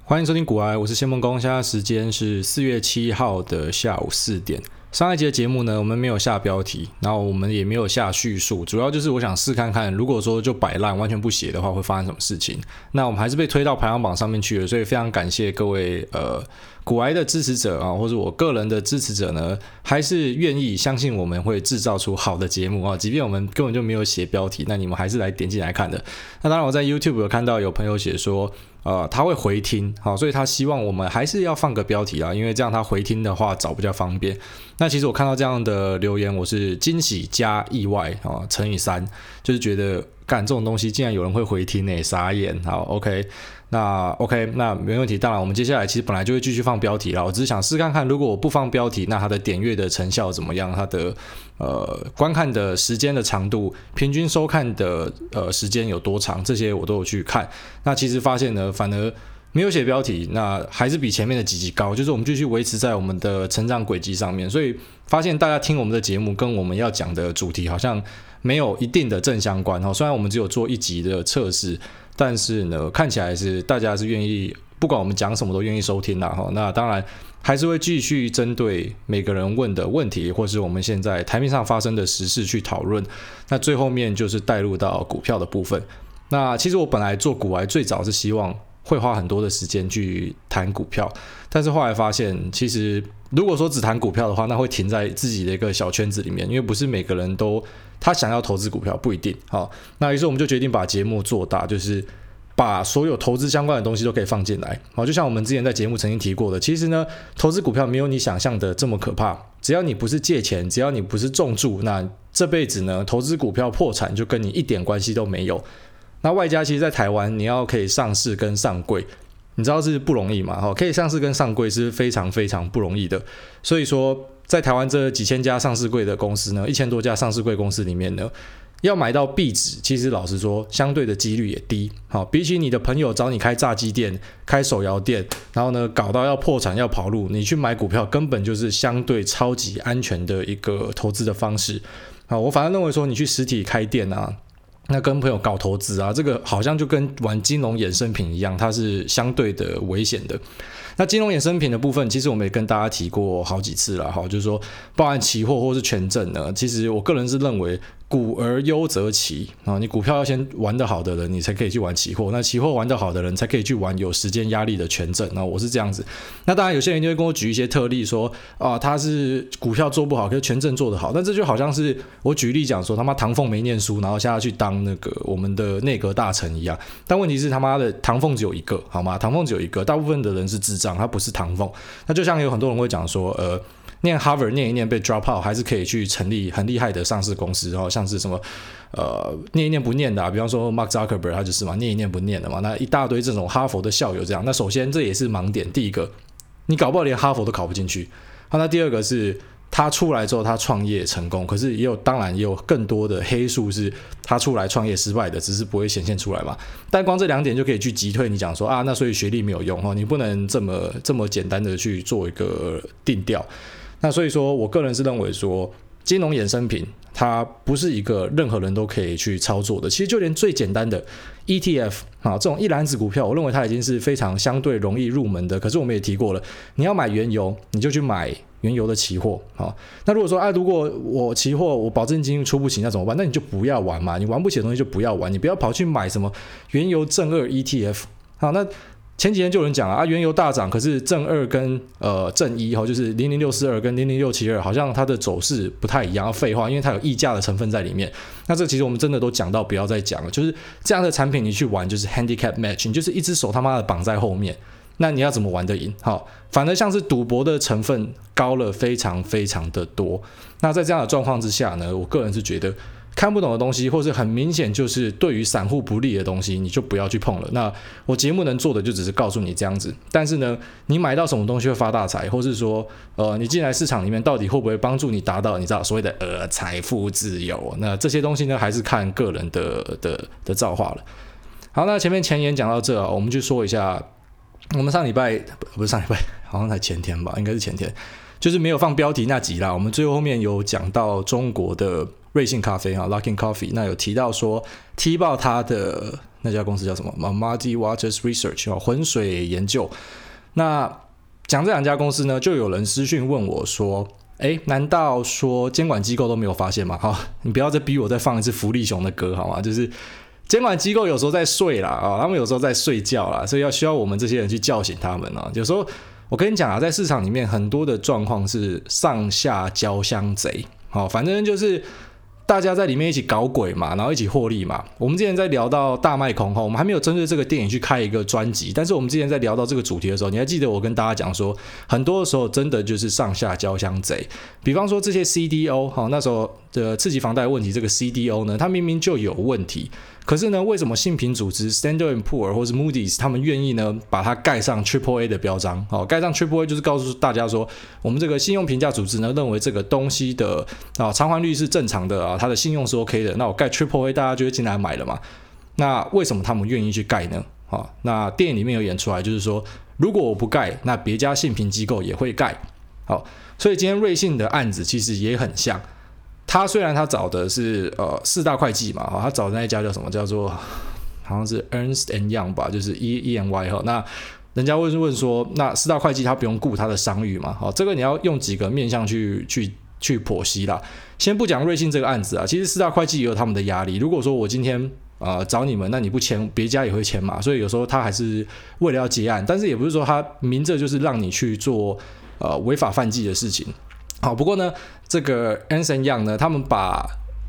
欢迎收听股癌，我是谢梦工，现在时间是4月7号的下午4点。上一集的节目呢，我们没有下标题，然后我们也没有下叙述，主要就是我想试看看，如果说就摆烂完全不写的话，会发生什么事情。那我们还是被推到排行榜上面去了，所以非常感谢各位股癌的支持者啊，或者我个人的支持者呢，还是愿意相信我们会制造出好的节目啊，即便我们根本就没有写标题，那你们还是来点进来看的。那当然我在 YouTube 有看到有朋友写说他会回听，好，所以他希望我们还是要放个标题啦，因为这样他回听的话找比较方便。那其实我看到这样的留言，我是惊喜加意外乘以3，就是觉得干这种东西竟然有人会回听耶，傻眼。好 OK， 那没问题。当然我们接下来其实本来就会继续放标题啦，我只是想试看看，如果我不放标题，那它的点阅的成效怎么样，它的观看的时间的长度，平均收看的时间有多长，这些我都有去看。那其实发现呢，反而没有写标题，那还是比前面的几集高，就是我们继续维持在我们的成长轨迹上面，所以发现大家听我们的节目跟我们要讲的主题好像没有一定的正相关。虽然我们只有做1集的测试，但是呢，看起来是大家是愿意，不管我们讲什么都愿意收听啦。那当然还是会继续针对每个人问的问题，或是我们现在台面上发生的时事去讨论。那最后面就是带入到股票的部分。那其实我本来做股癌最早是希望会花很多的时间去谈股票，但是后来发现，其实如果说只谈股票的话，那会停在自己的一个小圈子里面，因为不是每个人都他想要投资股票，不一定。好，那于是我们就决定把节目做大，就是把所有投资相关的东西都可以放进来。好，就像我们之前在节目曾经提过的，其实呢，投资股票没有你想象的这么可怕，只要你不是借钱，只要你不是重注，那这辈子呢，投资股票破产就跟你一点关系都没有。那外加其实在台湾你要可以上市跟上柜，你知道是不容易嘛？可以上市跟上柜是非常非常不容易的。所以说在台湾这几千家上市柜的公司呢，1000多家上市柜公司里面呢，要买到币值，其实老实说相对的几率也低。好，比起你的朋友找你开炸鸡店、开手摇店，然后呢搞到要破产要跑路，你去买股票根本就是相对超级安全的一个投资的方式。好，我反而认为说你去实体开店啊，那跟朋友搞投资啊，这个好像就跟玩金融衍生品一样，它是相对的危险的。那金融衍生品的部分，其实我们也跟大家提过好几次了，就是说包含期货或是权证呢，其实我个人是认为股而优则期啊，你股票要先玩得好的人，你才可以去玩期货；那期货玩得好的人，才可以去玩有时间压力的权证。那我是这样子。那当然有些人就会跟我举一些特例说他是股票做不好，可是权证做得好。但这就好像是我举例讲说他妈唐凤没念书，然后下去当那个我们的内阁大臣一样。但问题是他妈的唐凤只有一个，好吗？唐凤只有一个，大部分的人是智障，他不是唐凤。那就像有很多人会讲说念 Harvard 念一念被 drop out 还是可以去成立很厉害的上市公司，然后像是什么念一念不念的比方说 Mark Zuckerberg 他就是嘛，念一念不念的嘛，那一大堆这种哈佛的校友这样。那首先这也是盲点，第一个你搞不好连哈佛都考不进去。那第二个是他出来之后他创业成功，可是当然也有更多的黑数是他出来创业失败的，只是不会显现出来嘛。但光这2点就可以去击退你讲说那所以学历没有用你不能这么简单的去做一个定调。那所以说我个人是认为说金融衍生品它不是一个任何人都可以去操作的，其实就连最简单的 ETF 这种一篮子股票，我认为它已经是非常相对容易入门的。可是我们也提过了，你要买原油你就去买原油的期货。那如果说如果我期货我保证金出不起那怎么办？那你就不要玩嘛，你玩不起的东西就不要玩，你不要跑去买什么原油正2 ETF。 好，那前几天就有人讲原油大涨，可是正2跟正1就是00642跟00672好像它的走势不太一样，废话，因为它有溢价的成分在里面。那这其实我们真的都讲到不要再讲了，就是这样的产品你去玩就是 handicap match， 你就是一只手他妈的绑在后面，那你要怎么玩得赢？反而像是赌博的成分高了非常非常的多。那在这样的状况之下呢，我个人是觉得看不懂的东西，或是很明显就是对于散户不利的东西，你就不要去碰了。那我节目能做的就只是告诉你这样子，但是呢，你买到什么东西会发大财，或是说你进来市场里面到底会不会帮助你达到你知道所谓的财富自由，那这些东西呢还是看个人的造化了。好，那前面前言讲到这我们就说一下，我们上礼拜不是上礼拜，好像才前天吧，应该是前天，就是没有放标题那集啦。我们最后面有讲到中国的瑞幸咖啡Luckin Coffee， 那有提到说踢爆他的那家公司叫什么 Muddy Waters Research 浑水研究。那讲这两家公司呢，就有人私讯问我说，难道说监管机构都没有发现吗？好，你不要再逼我再放一次福利熊的歌好吗？就是监管机构有时候在睡啦，他们有时候在睡觉啦，所以需要我们这些人去叫醒他们啊。有时候我跟你讲在市场里面很多的状况是上下交相贼，反正就是大家在里面一起搞鬼嘛，然后一起获利嘛。我们之前在聊到大卖空，我们还没有针对这个电影去开一个专辑，但是我们之前在聊到这个主题的时候，你还记得我跟大家讲说，很多的时候真的就是上下交相贼。比方说这些 CDO， 那时候的次级房贷问题，这个 CDO 呢，它明明就有问题，可是呢，为什么信评组织 Standard & Poor's 或是 Moody's 他们愿意呢把它盖上 AAA 的标章？盖上 AAA 就是告诉大家说，我们这个信用评价组织呢认为这个东西的偿还率是正常的它的信用是 OK 的，那我盖 AAA 大家就会进来买了嘛。那为什么他们愿意去盖呢？那电影里面有演出来，就是说如果我不盖，那别家信评机构也会盖。好，所以今天瑞信的案子其实也很像。他虽然他找的是四大会计嘛，他找的那一家叫什么？叫做好像是 Ernst & Young 吧，就是 EY 那人家会问说，那四大会计他不用顾他的商誉嘛？这个你要用几个面向去剖析啦。先不讲瑞信这个案子其实四大会计也有他们的压力。如果说我今天找你们，那你不签，别家也会签嘛，所以有时候他还是为了要结案，但是也不是说他明着就是让你去做违法犯纪的事情。好，不过呢，这个 Ernst & Young 呢，他们把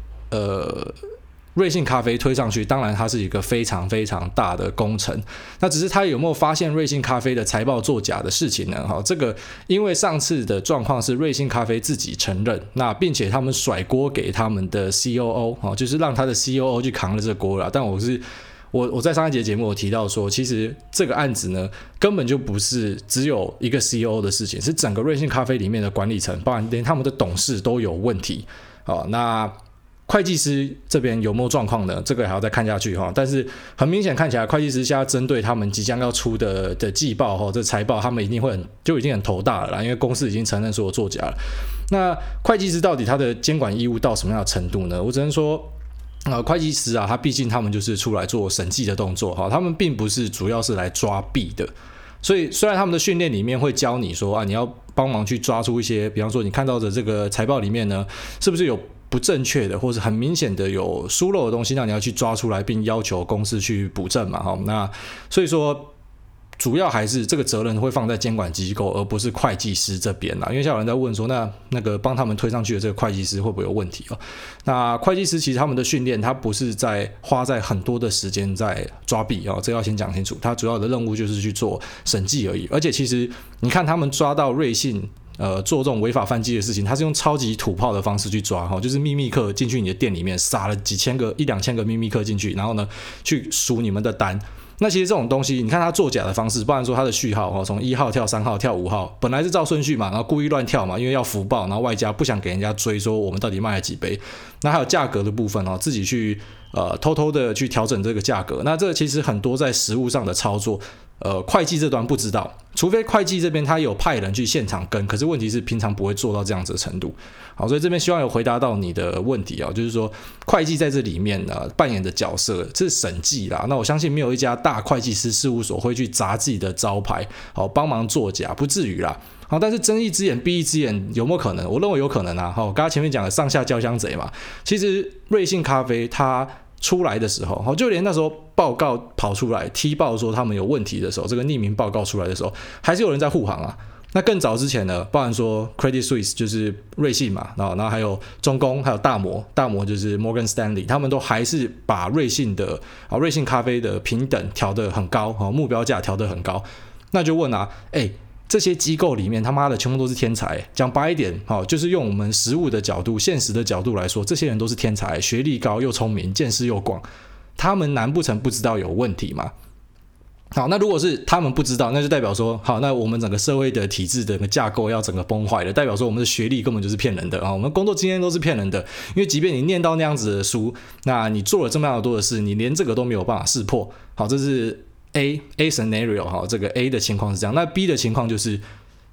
瑞幸咖啡推上去，当然它是一个非常非常大的工程。那只是他有没有发现瑞幸咖啡的财报作假的事情呢？这个因为上次的状况是瑞幸咖啡自己承认，那并且他们甩锅给他们的 COO， 就是让他的 COO 去扛了这个锅了。但我在上一节节目有提到说，其实这个案子呢，根本就不是只有一个 COO 的事情，是整个瑞幸咖啡里面的管理层，包含连他们的董事都有问题。那会计师这边有没有状况呢？这个还要再看下去但是很明显看起来，会计师现在针对他们即将要出的季报这财报，他们一定会已经很头大了啦，因为公司已经承认说有作假了。那会计师到底他的监管义务到什么样的程度呢？我只能说会计师他毕竟他们就是出来做审计的动作他们并不是主要是来抓弊的。所以虽然他们的训练里面会教你说你要帮忙去抓出一些，比方说你看到的这个财报里面呢，是不是有不正确的或是很明显的有疏漏的东西，那你要去抓出来并要求公司去补正嘛。那所以说主要还是这个责任会放在监管机构，而不是会计师这边啦。因为像有人在问说，那个帮他们推上去的这个会计师会不会有问题那会计师其实他们的训练，他不是花在很多的时间在抓弊这要先讲清楚。他主要的任务就是去做审计而已。而且其实你看他们抓到瑞信做这种违法犯纪的事情，他是用超级土炮的方式去抓就是秘密客进去你的店里面撒了几千个1-2千个秘密客进去，然后呢去数你们的单。那其实这种东西，你看他作假的方式，不然说他的序号从1号跳3号跳5号，本来是照顺序嘛，然后故意乱跳嘛，因为要福报，然后外加不想给人家追说我们到底卖了几杯。那还有价格的部分自己去偷偷的去调整这个价格。那这其实很多在实务上的操作，会计这端不知道，除非会计这边他有派人去现场跟，可是问题是平常不会做到这样子的程度。好，所以这边希望有回答到你的问题就是说会计在这里面扮演的角色是审计啦。那我相信没有一家大会计师事务所会去砸自己的招牌帮忙作假，不至于啦。好，但是睁一只眼闭一只眼有没有可能？我认为有可能我刚才前面讲的上下交相贼嘛。其实瑞幸咖啡它出来的时候就连那时候报告跑出来踢爆说他们有问题的时候，这个匿名报告出来的时候，还是有人在护航那更早之前呢，包含说 Credit Suisse 就是瑞信嘛，然后还有中公，还有大摩就是 Morgan Stanley， 他们都还是把瑞信咖啡的平等调得很高目标价调得很高。那就问这些机构里面他妈的全部都是天才，讲白一点就是用我们实务的角度现实的角度来说，这些人都是天才，学历高又聪明，见识又广，他们难不成不知道有问题吗？好，那如果是他们不知道，那就代表说好，那我们整个社会的体制的架构要整个崩坏了，代表说我们的学历根本就是骗人的我们工作经验都是骗人的。因为即便你念到那样子的书，那你做了这么样多的事，你连这个都没有办法识破。好，这是A scenario 这个 A 的情况是这样。那 B 的情况就是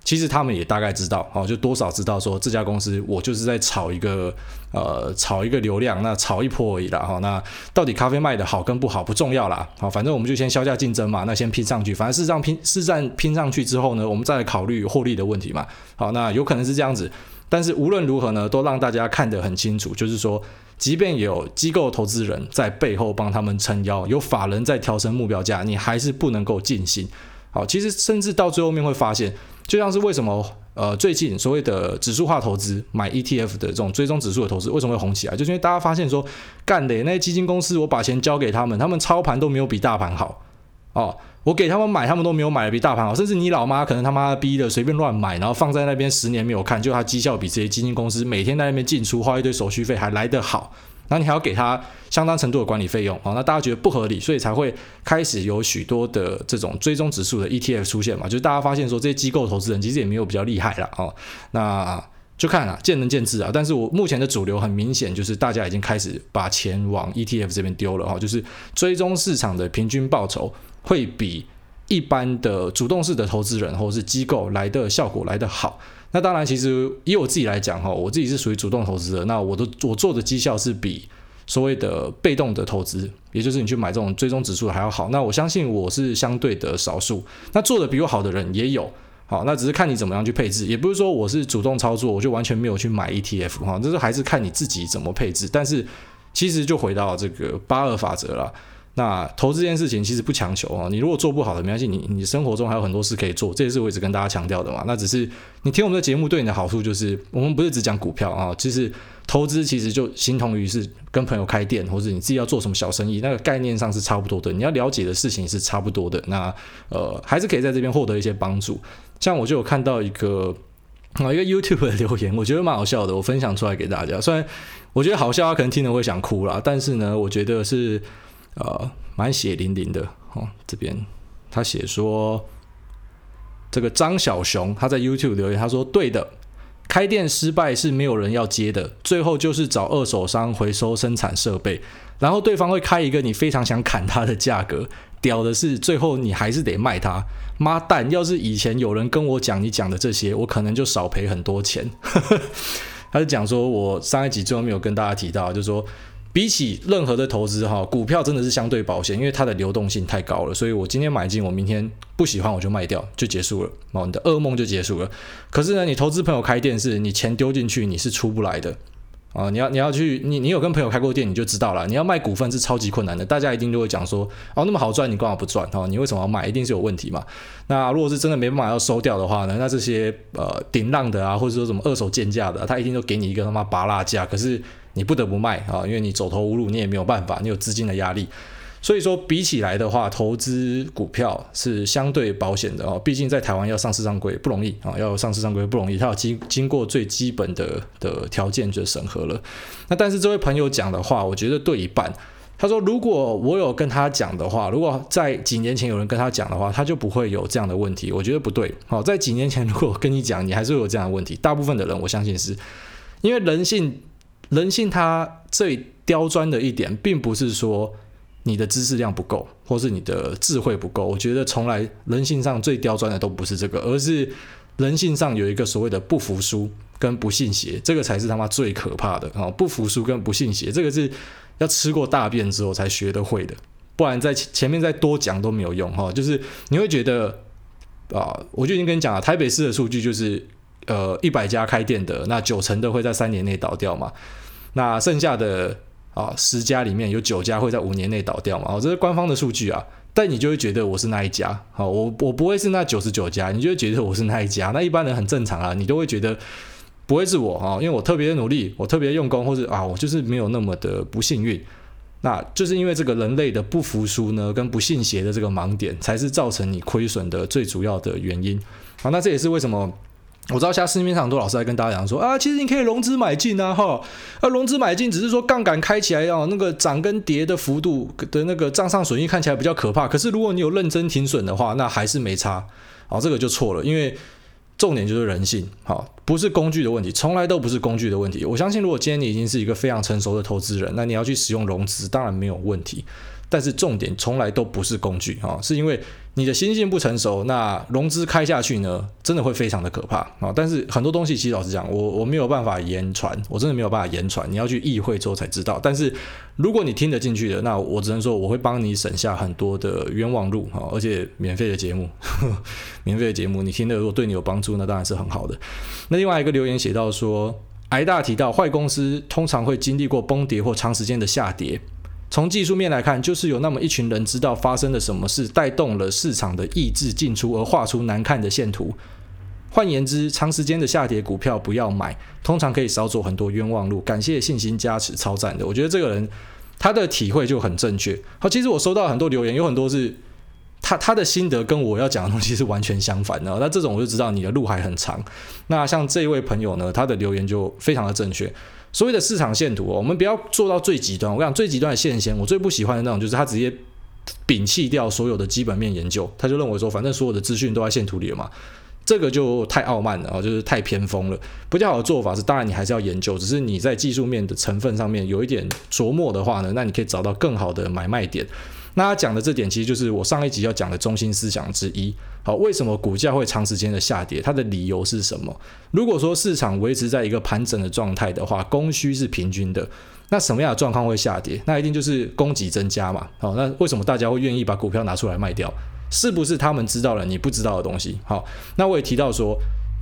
其实他们也大概知道，就多少知道说这家公司我就是在炒一个流量，那炒一波而已啦。那到底咖啡卖的好跟不好不重要啦，反正我们就先销价竞争嘛，那先拼上去，反正市占拼上去之后呢，我们再来考虑获利的问题嘛。好，那有可能是这样子，但是无论如何呢，都让大家看得很清楚，就是说即便有机构投资人在背后帮他们撑腰，有法人在调升目标价，你还是不能够尽兴。好，其实甚至到最后面会发现，就像是为什么最近所谓的指数化投资买 ETF 的这种追踪指数的投资为什么会红起来，就是因为大家发现说干的那些基金公司，我把钱交给他们，他们操盘都没有比大盘好我给他们买，他们都没有买的比大盘好，甚至你老妈可能他妈逼的随便乱买，然后放在那边10年没有看，就他绩效比这些基金公司每天在那边进出花一堆手续费还来得好，然后你还要给他相当程度的管理费用，那大家觉得不合理，所以才会开始有许多的这种追踪指数的 ETF 出现嘛，就是大家发现说这些机构投资人其实也没有比较厉害啦那就看啦，见仁见智啊。但是我目前的主流很明显就是大家已经开始把钱往 ETF 这边丢了就是追踪市场的平均报酬会比一般的主动式的投资人或者是机构来的效果来的好。那当然其实以我自己来讲我自己是属于主动投资的，那我做的绩效是比所谓的被动的投资，也就是你去买这种追踪指数还要好，那我相信我是相对的少数，那做的比我好的人也有，好，那只是看你怎么样去配置，也不是说我是主动操作我就完全没有去买 ETF 这是还是看你自己怎么配置。但是其实就回到这个82法则啦，那投资这件事情其实不强求你如果做不好的没关系，你生活中还有很多事可以做，这也是我一直跟大家强调的嘛。那只是你听我们的节目对你的好处就是我们不是只讲股票其实投资其实就形同于是跟朋友开店，或者你自己要做什么小生意，那个概念上是差不多的，你要了解的事情是差不多的，那还是可以在这边获得一些帮助。像我就有看到一个 YouTube 的留言，我觉得蛮好笑的，我分享出来给大家。虽然我觉得好笑，他可能听了会想哭啦，但是呢，我觉得是蛮血淋淋的这边他写说，这个张小熊他在 YouTube 留言，他说对的，开店失败是没有人要接的，最后就是找二手商回收生产设备，然后对方会开一个你非常想砍他的价格，屌的是最后你还是得卖他。妈蛋，要是以前有人跟我讲你讲的这些，我可能就少赔很多钱。他就讲说，我上一集最后没有跟大家提到，就是说比起任何的投资股票真的是相对保险，因为它的流动性太高了，所以我今天买进，我明天不喜欢我就卖掉，就结束了你的噩梦就结束了。可是呢，你投资朋友开店是你钱丢进去你是出不来的你要去你有跟朋友开过店你就知道了，你要卖股份是超级困难的，大家一定都会讲说那么好赚你干嘛不赚你为什么要卖，一定是有问题嘛。那如果是真的没办法要收掉的话呢，那这些顶浪的或者说什么二手贱价的他一定都给你一个他妈拔蜡价，可是你不得不卖因为你走投无路，你也没有办法，你有资金的压力。所以说比起来的话，投资股票是相对保险的毕竟在台湾要上市上柜不容易要上市上柜不容易，它有经过最基本的条件就审核了。那但是这位朋友讲的话我觉得对一半，他说如果我有跟他讲的话，如果在几年前有人跟他讲的话，他就不会有这样的问题，我觉得不对在几年前如果我跟你讲，你还是会有这样的问题，大部分的人我相信是因为人性它最刁钻的一点并不是说你的知识量不够或是你的智慧不够，我觉得从来人性上最刁钻的都不是这个，而是人性上有一个所谓的不服输跟不信邪，这个才是他妈最可怕的不服输跟不信邪，这个是要吃过大便之后才学得会的，不然在前面再多讲都没有用就是你会觉得我就已经跟你讲了，台北市的数据就是100家开店的，那90%的会在3年内倒掉嘛，那剩下的10家里面有9家会在5年内倒掉嘛这是官方的数据但你就会觉得我是那一家我不会是那99家，你就会觉得我是那一家，那一般人很正常你都会觉得不会是我因为我特别努力，我特别用功，或者我就是没有那么的不幸运，那就是因为这个人类的不服输呢跟不信邪的这个盲点，才是造成你亏损的最主要的原因那这也是为什么我知道现在市面上很多老师在跟大家讲说其实你可以融资买进融资买进只是说杠杆开起来那个涨跟跌的幅度的那个账上损益看起来比较可怕，可是如果你有认真停损的话，那还是没差这个就错了，因为重点就是人性不是工具的问题，从来都不是工具的问题。我相信如果今天你已经是一个非常成熟的投资人，那你要去使用融资当然没有问题， 但是重点从来都不是工具是因为你的心性不成熟，那融资开下去呢，真的会非常的可怕但是很多东西其实老实讲，我没有办法言传，我真的没有办法言传，你要去意会之后才知道。但是如果你听得进去的，那我只能说我会帮你省下很多的冤枉路而且免费的节目免费的节目你听的如果对你有帮助，那当然是很好的。那另外一个留言写到说，挨大提到坏公司通常会经历过崩跌或长时间的下跌，从技术面来看，就是有那么一群人知道发生了什么事，带动了市场的意志进出，而画出难看的线图。换言之，长时间的下跌股票不要买，通常可以少走很多冤枉路。感谢信心加持，超赞的。我觉得这个人他的体会就很正确。好，其实我收到很多留言，有很多是他的心得跟我要讲的东西是完全相反的。那这种我就知道你的路还很长。那像这一位朋友呢，他的留言就非常的正确。所谓的市场线图我们不要做到最极端。我跟你讲，最极端的线型，我最不喜欢的那种，就是他直接摒弃掉所有的基本面研究，他就认为说，反正所有的资讯都在线图里了嘛。这个就太傲慢了就是太偏锋了。比较好的做法是，当然你还是要研究，只是你在技术面的成分上面有一点琢磨的话呢，那你可以找到更好的买卖点。那他讲的这点其实就是我上一集要讲的中心思想之一。好，为什么股价会长时间的下跌？它的理由是什么？如果说市场维持在一个盘整的状态的话，供需是平均的，那什么样的状况会下跌？那一定就是供给增加嘛。好，那为什么大家会愿意把股票拿出来卖掉？是不是他们知道了你不知道的东西？好，那我也提到说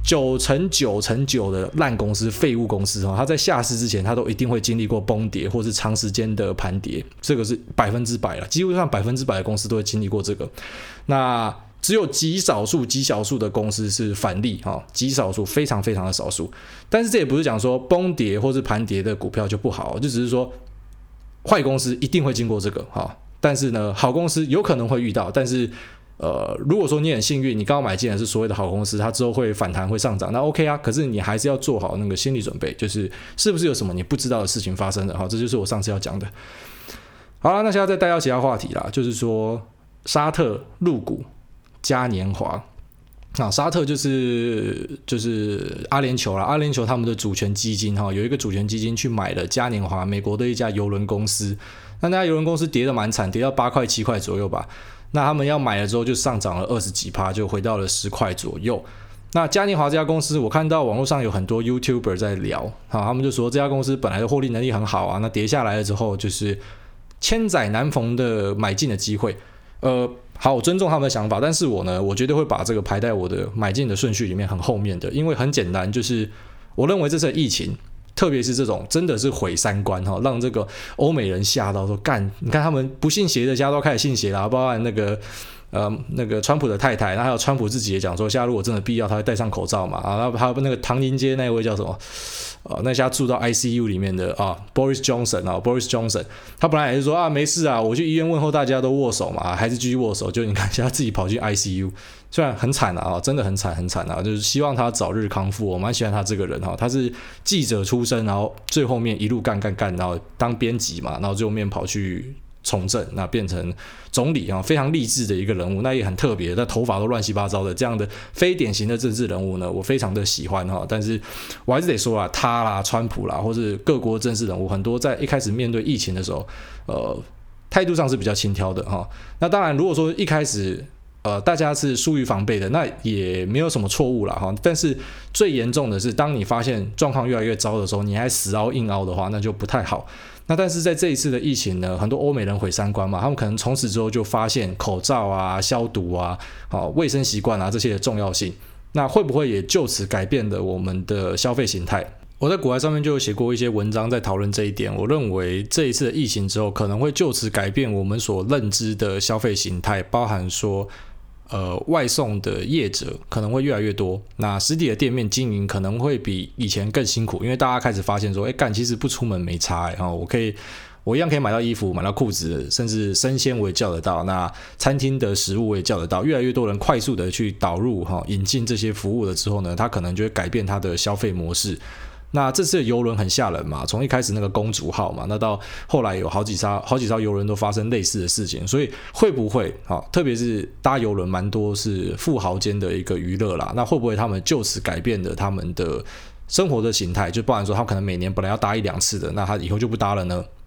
，9%的烂公司、废物公司它在下市之前，它都一定会经历过崩跌或是长时间的盘跌，这个是100%了，几乎上100%的公司都会经历过这个。那只有极少数的公司是反例极少数，非常非常的少数。但是这也不是讲说崩跌或是盘跌的股票就不好，就只是说坏公司一定会经过这个但是呢，好公司有可能会遇到，但是如果说你很幸运，你刚刚买进的是所谓的好公司，它之后会反弹会上涨，那 OK 啊。可是你还是要做好那个心理准备，就是是不是有什么你不知道的事情发生的这就是我上次要讲的。好了，那现在再带到其他话题啦，就是说沙特入股嘉年华。沙特就是阿联酋啦，阿联酋他们的主权基金有一个主权基金去买了嘉年华，美国的一家邮轮公司。那家邮轮公司跌得蛮惨，跌到8块7块左右吧。那他们要买了之后就上涨了20几%，就回到了10块左右。那嘉年华这家公司，我看到网络上有很多 YouTuber 在聊他们就说这家公司本来的获利能力很好那跌下来了之后就是千载难逢的买进的机会。好，我尊重他们的想法，但是我绝对会把这个排在我的买进的顺序里面很后面的，因为很简单，就是我认为这次疫情，特别是这种真的是毁三观让这个欧美人吓到说干，你看他们不信邪的家都开始信邪了，包含那个川普的太太，还有川普自己也讲说，现在如果真的必要，他会戴上口罩嘛然后还有那个唐宁街那位叫什么那家住到 ICU 里面的Boris Johnson 他本来也是说没事我去医院问候大家都握手嘛，还是继续握手，就你看现在自己跑去 ICU， 虽然很惨真的很惨就是希望他早日康复。我蛮喜欢他这个人他是记者出身，然后最后面一路干，然后当编辑嘛，然后最后面跑去从政，那变成总理非常励志的一个人物，那也很特别，那头发都乱七八糟的，这样的非典型的政治人物呢，我非常的喜欢但是我还是得说啦，他啦、川普啦，或是各国政治人物，很多在一开始面对疫情的时候，态度上是比较轻佻的那当然，如果说一开始大家是疏于防备的，那也没有什么错误啦但是最严重的是，当你发现状况越来越糟的时候，你还死凹硬凹的话，那就不太好。那但是在这一次的疫情呢，很多欧美人毁三观嘛，他们可能从此之后就发现口罩消毒卫生习惯这些的重要性，那会不会也就此改变了我们的消费形态？我在国外上面就有写过一些文章在讨论这一点，我认为这一次的疫情之后，可能会就此改变我们所认知的消费形态，包含说外送的业者可能会越来越多，那实体的店面经营可能会比以前更辛苦，因为大家开始发现说其实不出门没差我一样可以买到衣服、买到裤子，甚至生鲜我也叫得到，那餐厅的食物我也叫得到。越来越多人快速的去导入引进这些服务了之后呢，他可能就会改变他的消费模式。那这次的邮轮很吓人嘛，从一开始那个公主号嘛，那到后来有好几艘邮轮都发生类似的事情，所以会不会特别是搭邮轮蛮多是富豪间的一个娱乐啦，那会不会他们就此改变了他们的生活的形态，就包含说他可能每年本来要搭1-2次的，那他以后就不搭了呢？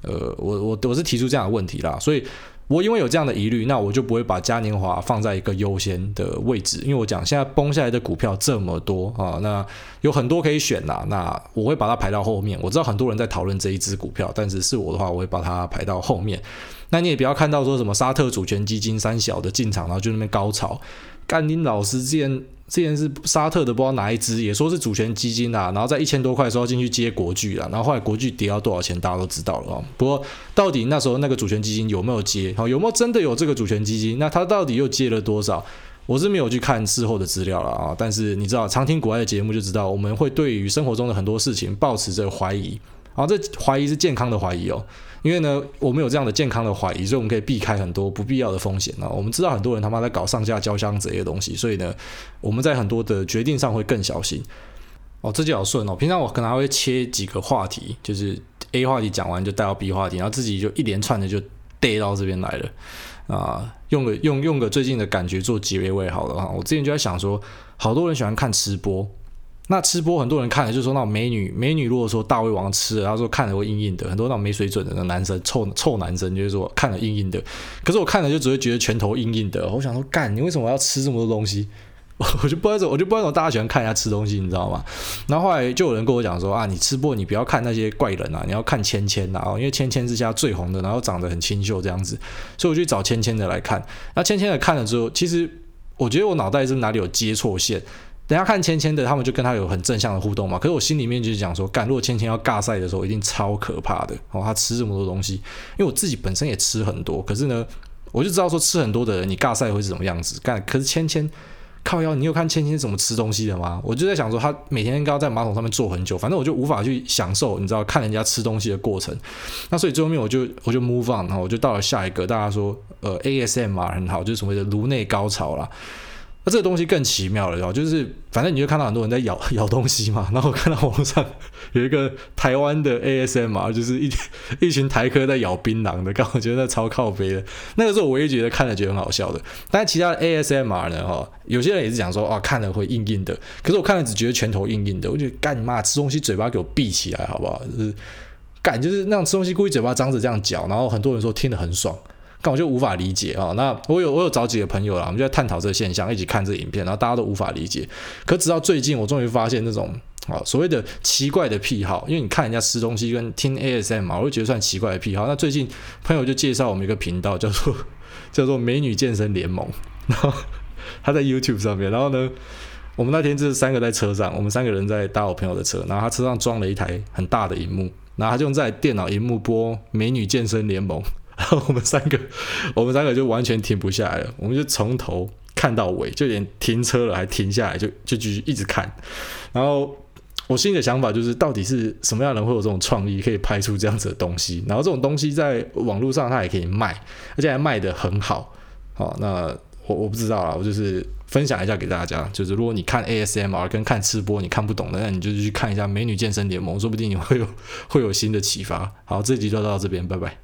我是提出这样的问题啦，所以我因为有这样的疑虑，那我就不会把嘉年华放在一个优先的位置，因为我讲现在崩下来的股票这么多啊，那有很多可以选啦，那我会把它排到后面。我知道很多人在讨论这一支股票，但是我的话，我会把它排到后面。那你也不要看到说什么沙特主权基金三小的进场，然后就那边高潮。干林老师之前是沙特的不知道哪一支，也说是主权基金啊，然后在1000多块的时候进去接国巨啦，然后后来国巨跌到多少钱大家都知道了哦。不过到底那时候那个主权基金有没有接，有没有真的有这个主权基金？那他到底又接了多少？我是没有去看事后的资料了啊，但是你知道常听国外的节目就知道，我们会对于生活中的很多事情抱持着怀疑，然后这怀疑是健康的怀疑哦。因为呢，我们有这样的健康的怀疑，所以我们可以避开很多不必要的风险啊。我们知道很多人他妈在搞上下交相这些东西，所以呢，我们在很多的决定上会更小心。哦，这就好顺哦。平常我可能还会切几个话题，就是 A 话题讲完就带到 B 话题，然后自己就一连串的就带到这边来了啊。用个最近的感觉做结尾好了啊。我之前就在想说，好多人喜欢看吃播。那吃播很多人看了就说那种美女如果说大胃王吃了，他说看了会硬硬的，很多那种没水准的那男生臭男生就是说看了硬硬的，可是我看了就只会觉得拳头硬硬的。我想说干，你为什么要吃这么多东西？我就不知道为什么大家喜欢看人家吃东西，你知道吗？然后后来就有人跟我讲说啊，你吃播你不要看那些怪人啊，你要看芊芊啊，因为芊芊是现在最红的，然后长得很清秀这样子，所以我去找芊芊的来看。那芊芊的看了之后，其实我觉得我脑袋是哪里有接错线。等下看芊芊的，他们就跟他有很正向的互动嘛。可是我心里面就是讲说，干，如果芊芊要尬赛的时候，一定超可怕的哦。他吃这么多东西，因为我自己本身也吃很多，可是呢，我就知道说吃很多的人，你尬赛会是什么样子。干，可是芊芊靠腰，你有看芊芊怎么吃东西的吗？我就在想说，他每天应该要在马桶上面坐很久，反正我就无法去享受，你知道看人家吃东西的过程。那所以最后面我就 move on， 然后我就到了下一个，大家说ASMR 很好，就是所谓的颅内高潮啦。那这个东西更奇妙了，就是反正你就看到很多人在咬东西嘛，然后我看到网络上有一个台湾的 ASMR， 就是一群台客在咬槟榔的，刚好觉得那超靠北的，那个是我唯一觉得看了觉得很好笑的。但其他的 ASMR 呢，有些人也是讲说看了会硬硬的，可是我看了只觉得拳头硬硬的，我觉得干你妈吃东西嘴巴给我闭起来好不好？就是干就是那种吃东西故意嘴巴张着这样嚼，然后很多人说听得很爽。但我就无法理解啊。那我有找几个朋友啦，我们就在探讨这个现象，一起看这个影片，然后大家都无法理解。可直到最近，我终于发现那种所谓的奇怪的癖好，因为你看人家吃东西跟听 ASMR， 我会觉得算奇怪的癖好。那最近朋友就介绍我们一个频道，叫做美女健身联盟，然后他在 YouTube 上面，然后呢，我们那天就是3个在车上，我们3个人在搭我朋友的车，然后他车上装了一台很大的荧幕，然后他就用在电脑荧幕播美女健身联盟。然后我们三个就完全停不下来了，我们就从头看到尾，就连停车了还停下来，就继续一直看。然后我心里的想法就是，到底是什么样的人会有这种创意，可以拍出这样子的东西？然后这种东西在网络上它也可以卖，而且还卖得很好。好，那我不知道啦，我就是分享一下给大家，就是如果你看 ASMR 跟看吃播你看不懂的，那你就去看一下美女健身联盟，说不定你会有新的启发。好，这集就到这边，拜拜。